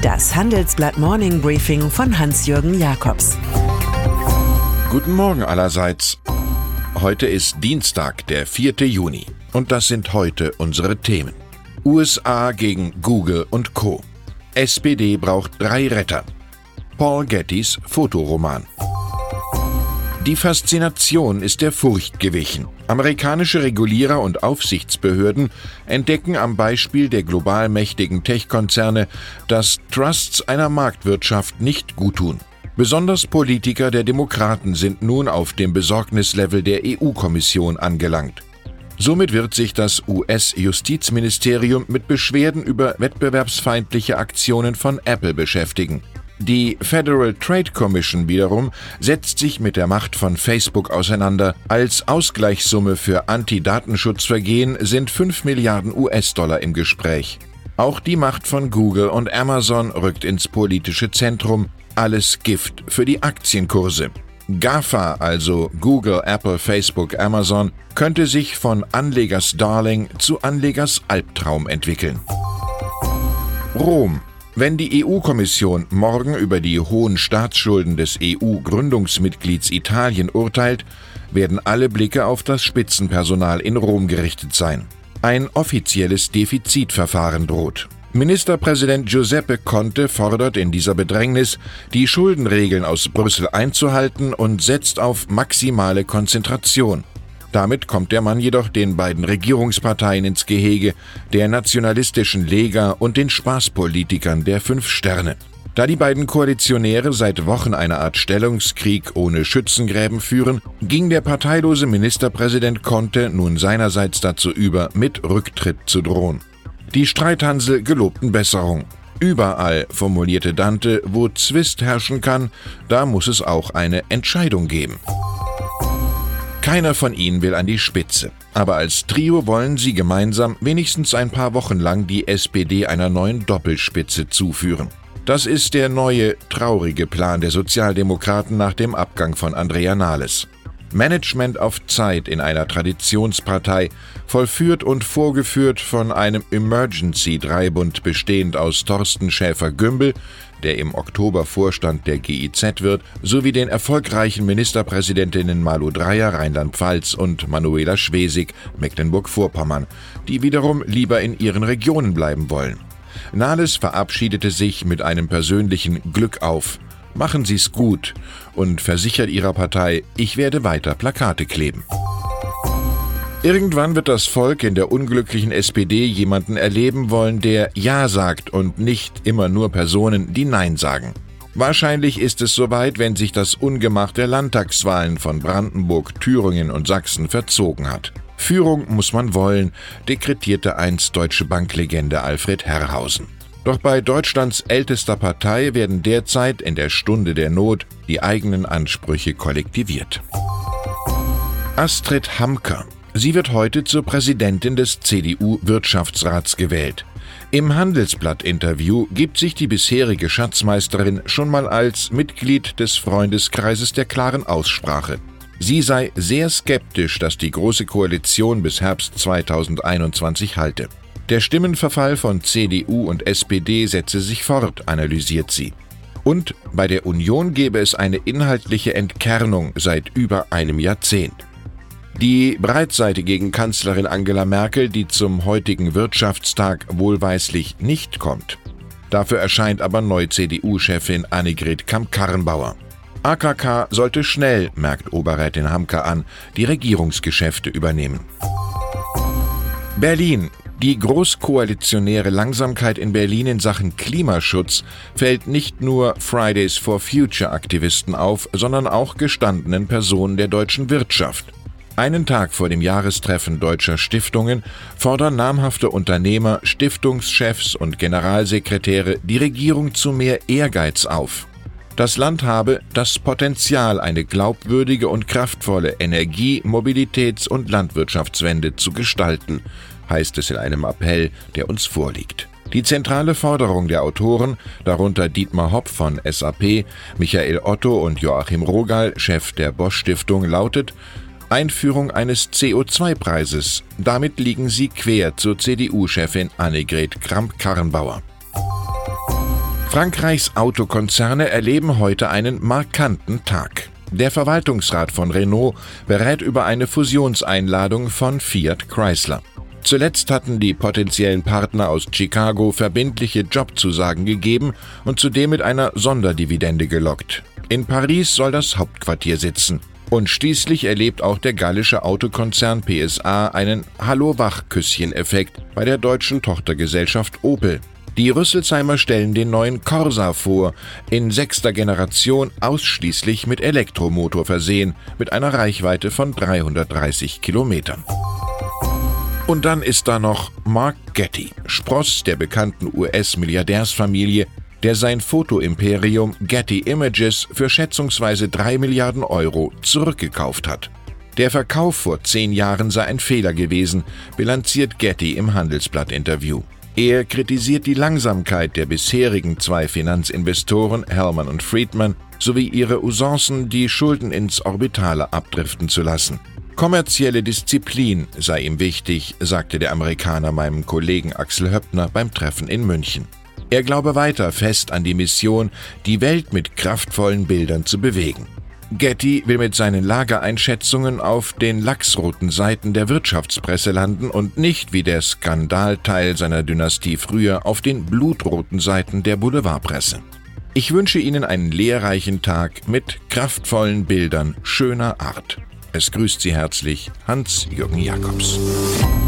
Das Handelsblatt Morning Briefing von Hans-Jürgen Jakobs. Guten Morgen allerseits. Heute ist Dienstag, der 4. Juni. Und das sind heute unsere Themen. USA gegen Google und Co. SPD braucht 3 Retter. Paul Gettys Fotoroman. Die Faszination ist der Furcht gewichen. Amerikanische Regulierer und Aufsichtsbehörden entdecken am Beispiel der global mächtigen Tech-Konzerne, dass Trusts einer Marktwirtschaft nicht guttun. Besonders Politiker der Demokraten sind nun auf dem Besorgnislevel der EU-Kommission angelangt. Somit wird sich das US-Justizministerium mit Beschwerden über wettbewerbsfeindliche Aktionen von Apple beschäftigen. Die Federal Trade Commission wiederum setzt sich mit der Macht von Facebook auseinander. Als Ausgleichssumme für Anti-Datenschutzvergehen sind 5 Milliarden US-Dollar im Gespräch. Auch die Macht von Google und Amazon rückt ins politische Zentrum. Alles Gift für die Aktienkurse. GAFA, also Google, Apple, Facebook, Amazon, könnte sich von Anlegers Darling zu Anlegers Albtraum entwickeln. Rom. Wenn die EU-Kommission morgen über die hohen Staatsschulden des EU-Gründungsmitglieds Italien urteilt, werden alle Blicke auf das Spitzenpersonal in Rom gerichtet sein. Ein offizielles Defizitverfahren droht. Ministerpräsident Giuseppe Conte fordert in dieser Bedrängnis, die Schuldenregeln aus Brüssel einzuhalten und setzt auf maximale Konzentration. Damit kommt der Mann jedoch den beiden Regierungsparteien ins Gehege, der nationalistischen Lega und den Spaßpolitikern der 5 Sterne. Da die beiden Koalitionäre seit Wochen eine Art Stellungskrieg ohne Schützengräben führen, ging der parteilose Ministerpräsident Conte nun seinerseits dazu über, mit Rücktritt zu drohen. Die Streithansel gelobten Besserung. Überall, formulierte Dante, wo Zwist herrschen kann, da muss es auch eine Entscheidung geben. Keiner von ihnen will an die Spitze, aber als Trio wollen sie gemeinsam wenigstens ein paar Wochen lang die SPD einer neuen Doppelspitze zuführen. Das ist der neue, traurige Plan der Sozialdemokraten nach dem Abgang von Andrea Nahles. Management auf Zeit in einer Traditionspartei, vollführt und vorgeführt von einem Emergency-Dreibund bestehend aus Thorsten Schäfer-Gümbel, der im Oktober Vorstand der GIZ wird, sowie den erfolgreichen Ministerpräsidentinnen Malu Dreyer, Rheinland-Pfalz und Manuela Schwesig, Mecklenburg-Vorpommern, die wiederum lieber in ihren Regionen bleiben wollen. Nahles verabschiedete sich mit einem persönlichen Glück auf. Machen Sie's gut und versichert ihrer Partei, ich werde weiter Plakate kleben. Irgendwann wird das Volk in der unglücklichen SPD jemanden erleben wollen, der Ja sagt und nicht immer nur Personen, die Nein sagen. Wahrscheinlich ist es soweit, wenn sich das Ungemach der Landtagswahlen von Brandenburg, Thüringen und Sachsen verzogen hat. Führung muss man wollen, dekretierte einst Deutsche Banklegende Alfred Herrhausen. Doch bei Deutschlands ältester Partei werden derzeit in der Stunde der Not die eigenen Ansprüche kollektiviert. Astrid Hamker. Sie wird heute zur Präsidentin des CDU-Wirtschaftsrats gewählt. Im Handelsblatt-Interview gibt sich die bisherige Schatzmeisterin schon mal als Mitglied des Freundeskreises der klaren Aussprache. Sie sei sehr skeptisch, dass die Große Koalition bis Herbst 2021 halte. Der Stimmenverfall von CDU und SPD setze sich fort, analysiert sie. Und bei der Union gebe es eine inhaltliche Entkernung seit über einem Jahrzehnt. Die Breitseite gegen Kanzlerin Angela Merkel, die zum heutigen Wirtschaftstag wohlweislich nicht kommt. Dafür erscheint aber neue CDU-Chefin Annegret Kramp-Karrenbauer. AKK sollte schnell, merkt Oberrätin Hamker an, die Regierungsgeschäfte übernehmen. Berlin. Die großkoalitionäre Langsamkeit in Berlin in Sachen Klimaschutz fällt nicht nur Fridays for Future-Aktivisten auf, sondern auch gestandenen Personen der deutschen Wirtschaft. Einen Tag vor dem Jahrestreffen deutscher Stiftungen fordern namhafte Unternehmer, Stiftungschefs und Generalsekretäre die Regierung zu mehr Ehrgeiz auf. Das Land habe das Potenzial, eine glaubwürdige und kraftvolle Energie-, Mobilitäts- und Landwirtschaftswende zu gestalten, heißt es in einem Appell, der uns vorliegt. Die zentrale Forderung der Autoren, darunter Dietmar Hopp von SAP, Michael Otto und Joachim Rogal, Chef der Bosch-Stiftung, lautet: Einführung eines CO2-Preises. Damit liegen sie quer zur CDU-Chefin Annegret Kramp-Karrenbauer. Frankreichs Autokonzerne erleben heute einen markanten Tag. Der Verwaltungsrat von Renault berät über eine Fusionseinladung von Fiat Chrysler. Zuletzt hatten die potenziellen Partner aus Chicago verbindliche Jobzusagen gegeben und zudem mit einer Sonderdividende gelockt. In Paris soll das Hauptquartier sitzen. Und schließlich erlebt auch der gallische Autokonzern PSA einen Hallo-Wach-Küsschen-Effekt bei der deutschen Tochtergesellschaft Opel. Die Rüsselsheimer stellen den neuen Corsa vor, in 6. Generation ausschließlich mit Elektromotor versehen, mit einer Reichweite von 330 Kilometern. Und dann ist da noch Mark Getty, Spross der bekannten US-Milliardärsfamilie, der sein Fotoimperium Getty Images für schätzungsweise 3 Milliarden Euro zurückgekauft hat. Der Verkauf vor 10 Jahren sei ein Fehler gewesen, bilanziert Getty im Handelsblatt-Interview. Er kritisiert die Langsamkeit der bisherigen 2 Finanzinvestoren Hellman und Friedman sowie ihre Usancen, die Schulden ins Orbitale abdriften zu lassen. Kommerzielle Disziplin sei ihm wichtig, sagte der Amerikaner meinem Kollegen Axel Höppner beim Treffen in München. Er glaube weiter fest an die Mission, die Welt mit kraftvollen Bildern zu bewegen. Getty will mit seinen Lageeinschätzungen auf den lachsroten Seiten der Wirtschaftspresse landen und nicht wie der Skandalteil seiner Dynastie früher auf den blutroten Seiten der Boulevardpresse. Ich wünsche Ihnen einen lehrreichen Tag mit kraftvollen Bildern schöner Art. Es grüßt Sie herzlich Hans-Jürgen Jakobs.